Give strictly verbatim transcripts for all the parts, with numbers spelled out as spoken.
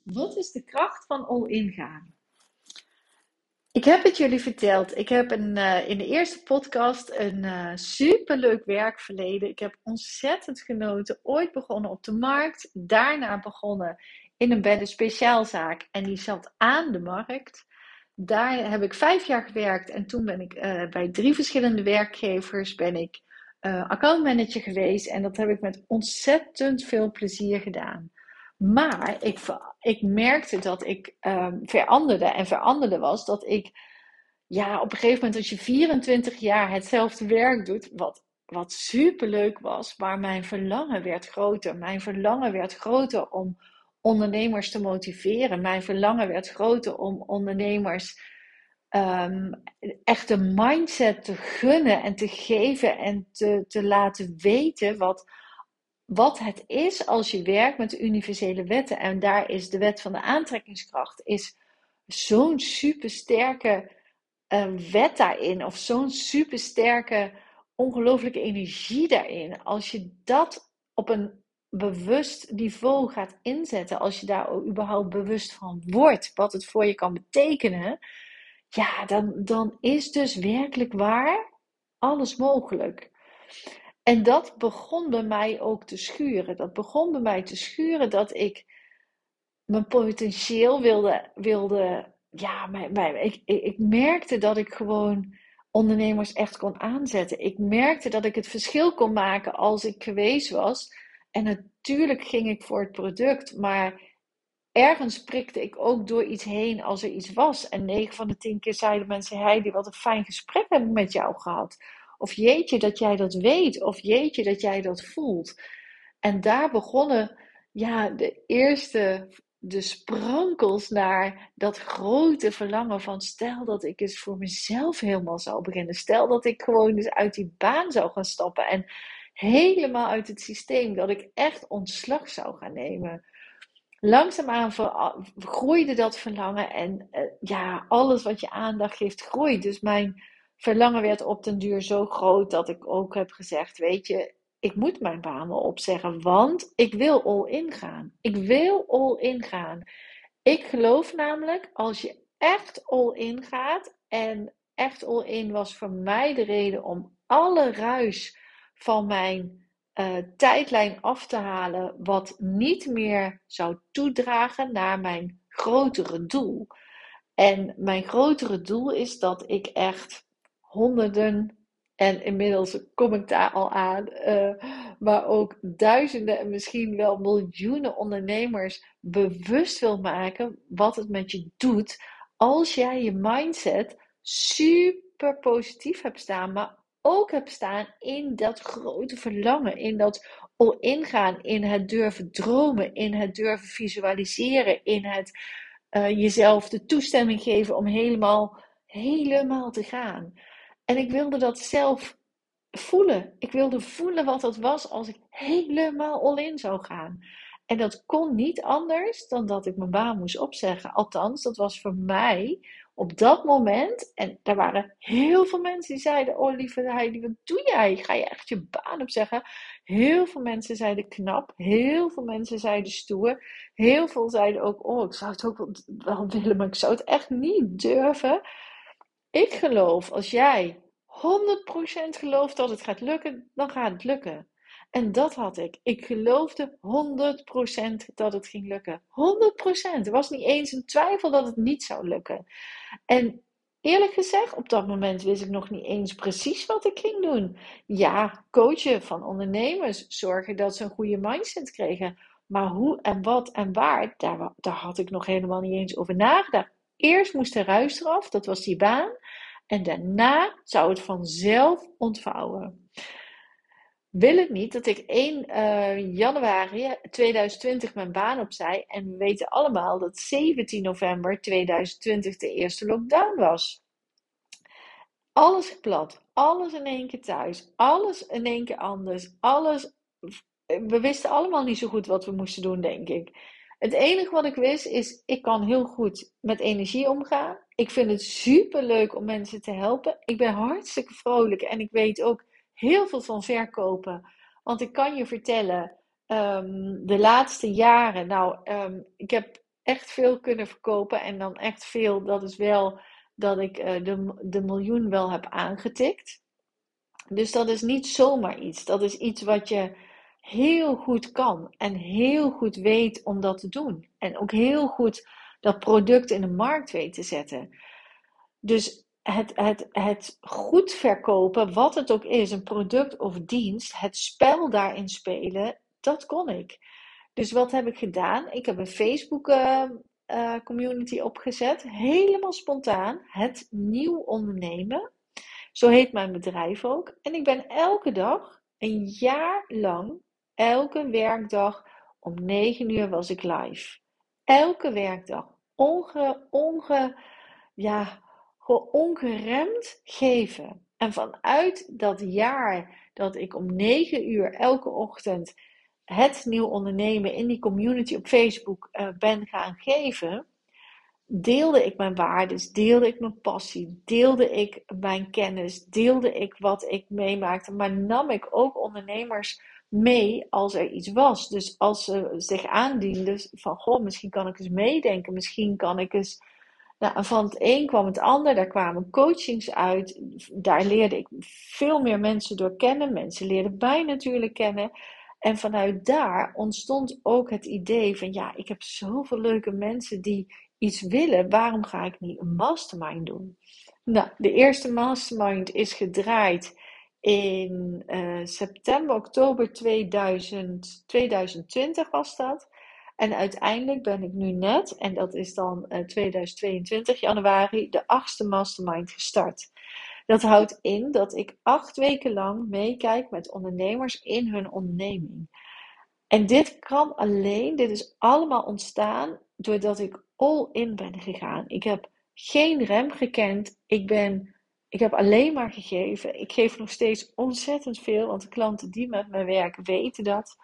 Wat is de kracht van all-in gaan? Ik heb het jullie verteld. Ik heb een, eh, in de eerste podcast een uh, superleuk werkverleden. Ik heb ontzettend genoten. Ooit begonnen op de markt. Daarna begonnen in een bedden speciaalzaak. En die zat aan de markt. Daar heb ik vijf jaar gewerkt. En toen ben ik uh, bij drie verschillende werkgevers ben ik, uh, accountmanager geweest. En dat heb ik met ontzettend veel plezier gedaan. Maar ik, ik merkte dat ik um, veranderde en veranderde was dat ik, ja, op een gegeven moment als je vierentwintig jaar hetzelfde werk doet, wat, wat superleuk was, maar mijn verlangen werd groter. Mijn verlangen werd groter om ondernemers te motiveren. Mijn verlangen werd groter om ondernemers um, echt een mindset te gunnen en te geven en te, te laten weten wat wat het is als je werkt met de universele wetten. En daar is de wet van de aantrekkingskracht is zo'n supersterke uh, wet daarin. Of zo'n supersterke, ongelooflijke energie daarin. Als je dat op een bewust niveau gaat inzetten. Als je daar überhaupt bewust van wordt. Wat het voor je kan betekenen. Ja, dan, dan is dus werkelijk waar alles mogelijk. En dat begon bij mij ook te schuren. Dat begon bij mij te schuren dat ik mijn potentieel wilde, wilde ja, mijn, mijn, ik, ik, ik merkte dat ik gewoon ondernemers echt kon aanzetten. Ik merkte dat ik het verschil kon maken als ik geweest was. En natuurlijk ging ik voor het product, maar ergens prikte ik ook door iets heen als er iets was. En negen van de tien keer zeiden mensen: Heidi, wat een fijn gesprek heb ik met jou gehad. Of jeetje dat jij dat weet. Of jeetje dat jij dat voelt. En daar begonnen ja, de eerste de sprankels naar dat grote verlangen van stel dat ik eens voor mezelf helemaal zou beginnen. Stel dat ik gewoon eens uit die baan zou gaan stappen en helemaal uit het systeem. Dat ik echt ontslag zou gaan nemen. Langzaamaan groeide dat verlangen en uh, ja, alles wat je aandacht geeft groeit. Dus mijn verlangen werd op den duur zo groot dat ik ook heb gezegd, weet je, ik moet mijn baan wel opzeggen, want ik wil all-in gaan. Ik wil all-in gaan. Ik geloof namelijk, als je echt all-in gaat, en echt all-in was voor mij de reden om alle ruis van mijn uh, tijdlijn af te halen, wat niet meer zou toedragen naar mijn grotere doel. En mijn grotere doel is dat ik echt honderden, en inmiddels kom ik daar al aan, uh, maar ook duizenden en misschien wel miljoenen ondernemers bewust wil maken wat het met je doet als jij je mindset super positief hebt staan, maar ook hebt staan in dat grote verlangen, in dat all-in gaan, in het durven dromen, in het durven visualiseren, in het uh, jezelf de toestemming geven om helemaal, helemaal te gaan. En ik wilde dat zelf voelen. Ik wilde voelen wat dat was als ik helemaal all-in zou gaan. En dat kon niet anders dan dat ik mijn baan moest opzeggen. Althans, dat was voor mij op dat moment. En er waren heel veel mensen die zeiden: oh lieve Heidi, wat doe jij? Ga je echt je baan opzeggen? Heel veel mensen zeiden knap. Heel veel mensen zeiden stoer. Heel veel zeiden ook: oh, ik zou het ook wel willen, maar ik zou het echt niet durven. Ik geloof, als jij honderd procent gelooft dat het gaat lukken, dan gaat het lukken. En dat had ik. Ik geloofde honderd procent dat het ging lukken. honderd procent. Er was niet eens een twijfel dat het niet zou lukken. En eerlijk gezegd, op dat moment wist ik nog niet eens precies wat ik ging doen. Ja, coachen van ondernemers, zorgen dat ze een goede mindset kregen. Maar hoe en wat en waar, daar, daar had ik nog helemaal niet eens over nagedacht. Eerst moest de ruis eraf, dat was die baan. En daarna zou het vanzelf ontvouwen. Wil het niet dat ik één uh, januari tweeduizend twintig mijn baan opzij. En we weten allemaal dat zeventien november tweeduizend twintig de eerste lockdown was. Alles plat. Alles in één keer thuis. Alles in één keer anders. Alles. We wisten allemaal niet zo goed wat we moesten doen, denk ik. Het enige wat ik wist is, ik kan heel goed met energie omgaan. Ik vind het super leuk om mensen te helpen. Ik ben hartstikke vrolijk en ik weet ook heel veel van verkopen. Want ik kan je vertellen, um, de laatste jaren, nou, um, ik heb echt veel kunnen verkopen. En dan echt veel, dat is wel dat ik uh, de, de miljoen wel heb aangetikt. Dus dat is niet zomaar iets. Dat is iets wat je heel goed kan. En heel goed weet om dat te doen. En ook heel goed dat product in de markt weet te zetten. Dus het, het, het goed verkopen, wat het ook is, een product of dienst, het spel daarin spelen, dat kon ik. Dus wat heb ik gedaan? Ik heb een Facebook uh, uh, community opgezet, helemaal spontaan, het nieuw ondernemen. Zo heet mijn bedrijf ook. En ik ben elke dag, een jaar lang, elke werkdag om negen uur was ik live. Elke werkdag. Onge, onge, ja, gewoon ongeremd geven. En vanuit dat jaar dat ik om negen uur elke ochtend het nieuw ondernemen in die community op Facebook uh, ben gaan geven, deelde ik mijn waardes, deelde ik mijn passie, deelde ik mijn kennis, deelde ik wat ik meemaakte, maar nam ik ook ondernemers mee als er iets was. Dus als ze zich aandienden van, goh, misschien kan ik eens meedenken, misschien kan ik eens... Nou, van het een kwam het ander, daar kwamen coachings uit, daar leerde ik veel meer mensen door kennen, mensen leerden mij natuurlijk kennen. En vanuit daar ontstond ook het idee van, ja, ik heb zoveel leuke mensen die iets willen, waarom ga ik niet een mastermind doen? Nou, de eerste mastermind is gedraaid in uh, september, oktober tweeduizend, tweeduizend twintig was dat. En uiteindelijk ben ik nu net, en dat is dan uh, tweeduizend tweeëntwintig januari, de achtste mastermind gestart. Dat houdt in dat ik acht weken lang meekijk met ondernemers in hun onderneming. En dit kan alleen, dit is allemaal ontstaan doordat ik all in ben gegaan. Ik heb geen rem gekend. Ik, ben, ik heb alleen maar gegeven. Ik geef nog steeds ontzettend veel, want de klanten die met mij werken weten dat.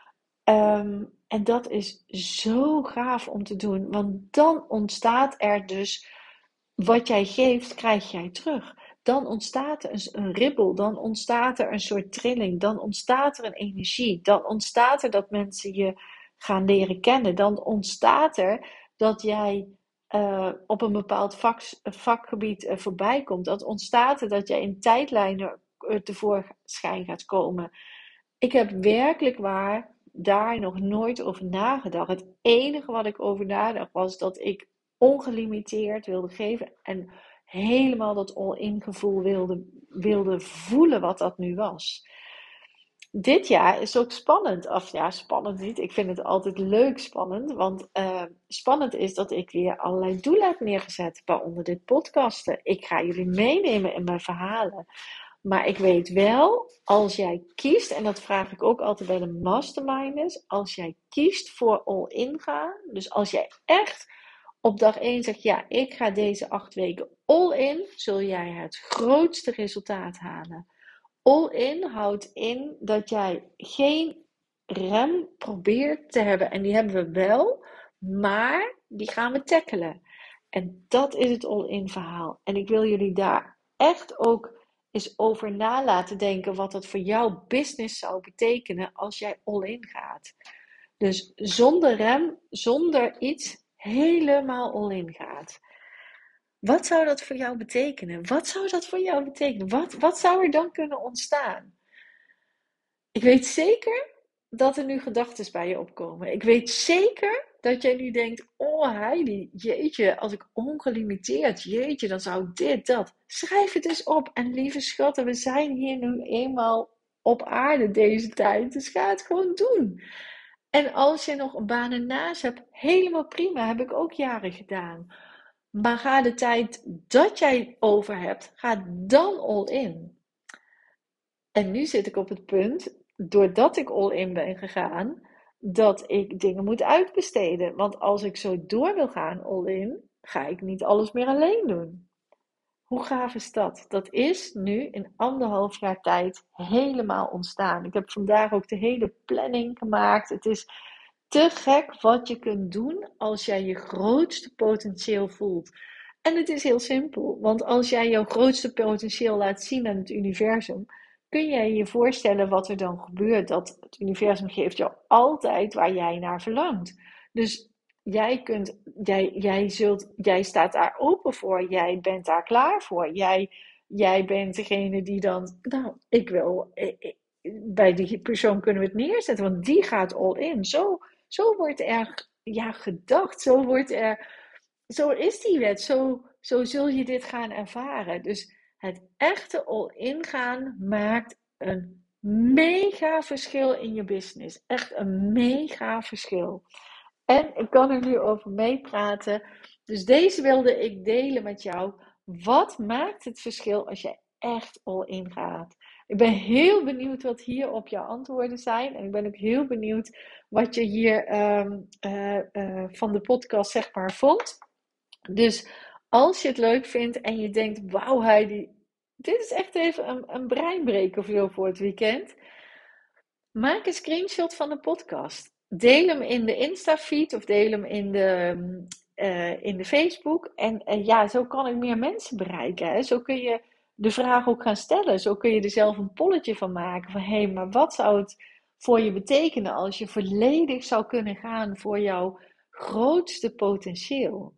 Um, en dat is zo gaaf om te doen, want dan ontstaat er dus, wat jij geeft, krijg jij terug. Dan ontstaat er een, een ribbel, dan ontstaat er een soort trilling, dan ontstaat er een energie, dan ontstaat er dat mensen je gaan leren kennen, dan ontstaat er dat jij uh, op een bepaald vak, vakgebied uh, voorbij komt, dan ontstaat er dat jij in tijdlijnen uh, tevoorschijn gaat komen. Ik heb werkelijk waar daar nog nooit over nagedacht. Het enige wat ik over nadacht was dat ik ongelimiteerd wilde geven en helemaal dat all-in gevoel wilde, wilde voelen wat dat nu was. Dit jaar is ook spannend. Of ja, spannend niet. Ik vind het altijd leuk spannend. Want uh, spannend is dat ik weer allerlei doelen heb neergezet. Waaronder dit podcasten. Ik ga jullie meenemen in mijn verhalen. Maar ik weet wel, als jij kiest, en dat vraag ik ook altijd bij de masterminders, als jij kiest voor all-in gaan, dus als jij echt op dag één zegt, ja, ik ga deze acht weken all-in, zul jij het grootste resultaat halen. All-in houdt in dat jij geen rem probeert te hebben, en die hebben we wel, maar die gaan we tackelen. En dat is het all-in verhaal. En ik wil jullie daar echt ook eens over na laten denken wat dat voor jouw business zou betekenen als jij all-in gaat. Dus zonder rem, zonder iets, helemaal all-in gaat. Wat zou dat voor jou betekenen? Wat zou dat voor jou betekenen? Wat, wat zou er dan kunnen ontstaan? Ik weet zeker dat er nu gedachten bij je opkomen. Ik weet zeker dat jij nu denkt, oh Heidi, jeetje, als ik ongelimiteerd, jeetje, dan zou ik dit, dat. Schrijf het eens op. En lieve schatten, we zijn hier nu eenmaal op aarde deze tijd. Dus ga het gewoon doen. En als je nog een baan ernaast hebt, helemaal prima. Heb ik ook jaren gedaan. Maar ga de tijd dat jij over hebt, ga dan all in. En nu zit ik op het punt, doordat ik all-in ben gegaan, dat ik dingen moet uitbesteden. Want als ik zo door wil gaan all-in, ga ik niet alles meer alleen doen. Hoe gaaf is dat? Dat is nu in anderhalf jaar tijd helemaal ontstaan. Ik heb vandaag ook de hele planning gemaakt. Het is te gek wat je kunt doen als jij je grootste potentieel voelt. En het is heel simpel, want als jij jouw grootste potentieel laat zien aan het universum, kun jij je voorstellen wat er dan gebeurt? Dat het universum geeft jou altijd waar jij naar verlangt. Dus jij kunt, jij, jij zult, jij staat daar open voor. Jij bent daar klaar voor. Jij, jij bent degene die dan, nou, ik wil, eh, eh, bij die persoon kunnen we het neerzetten, want die gaat all in. Zo, zo wordt er, ja, gedacht. Zo wordt er, zo is die wet. Zo, zo zul je dit gaan ervaren. Dus het echte all in gaan maakt een mega verschil in je business. Echt een mega verschil. En ik kan er nu over meepraten. Dus deze wilde ik delen met jou. Wat maakt het verschil als je echt all in gaat? Ik ben heel benieuwd wat hier op jouw antwoorden zijn. En ik ben ook heel benieuwd wat je hier um, uh, uh, van de podcast zeg maar vond. Dus als je het leuk vindt en je denkt, wauw Heidi, dit is echt even een, een breinbreker of zo voor het weekend. Maak een screenshot van de podcast. Deel hem in de Insta-feed of deel hem in de, uh, in de Facebook. En uh, ja, zo kan ik meer mensen bereiken. Hè? Zo kun je de vraag ook gaan stellen. Zo kun je er zelf een polletje van maken. Van hé, hey, maar wat zou het voor je betekenen als je volledig zou kunnen gaan voor jouw grootste potentieel?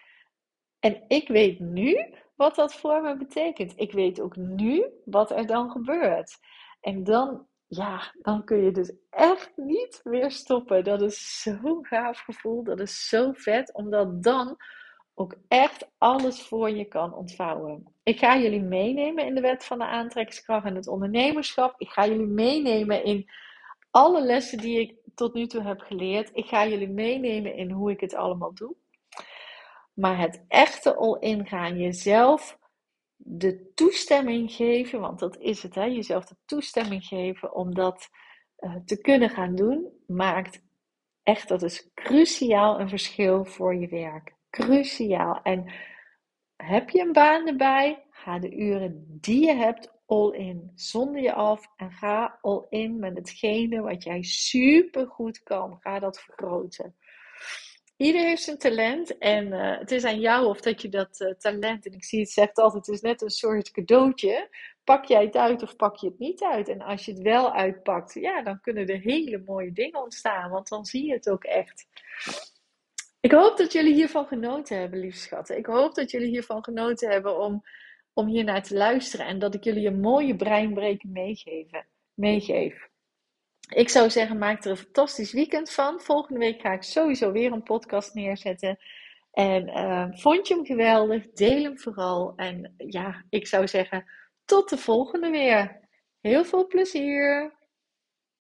En ik weet nu wat dat voor me betekent. Ik weet ook nu wat er dan gebeurt. En dan, ja, dan kun je dus echt niet meer stoppen. Dat is zo'n gaaf gevoel. Dat is zo vet, omdat dan ook echt alles voor je kan ontvouwen. Ik ga jullie meenemen in de wet van de aantrekkingskracht en het ondernemerschap. Ik ga jullie meenemen in alle lessen die ik tot nu toe heb geleerd. Ik ga jullie meenemen in hoe ik het allemaal doe. Maar het echte all-in gaan, jezelf de toestemming geven, want dat is het, hè? Jezelf de toestemming geven om dat uh, te kunnen gaan doen, maakt echt, dat is cruciaal een verschil voor je werk. Cruciaal. En heb je een baan erbij, ga de uren die je hebt all in. Zonder je af en ga all in met hetgene wat jij super goed kan. Ga dat vergroten. Ieder heeft zijn talent en uh, het is aan jou of dat je dat uh, talent, en ik zie het zegt altijd, het is net een soort cadeautje. Pak jij het uit of pak je het niet uit? En als je het wel uitpakt, ja, dan kunnen er hele mooie dingen ontstaan, want dan zie je het ook echt. Ik hoop dat jullie hiervan genoten hebben, lieve schatten. Ik hoop dat jullie hiervan genoten hebben om, om hier naar te luisteren en dat ik jullie een mooie breinbreker meegeven, meegeef. Ik zou zeggen, maak er een fantastisch weekend van. Volgende week ga ik sowieso weer een podcast neerzetten. En uh, vond je hem geweldig? Deel hem vooral. En ja, ik zou zeggen, tot de volgende weer. Heel veel plezier!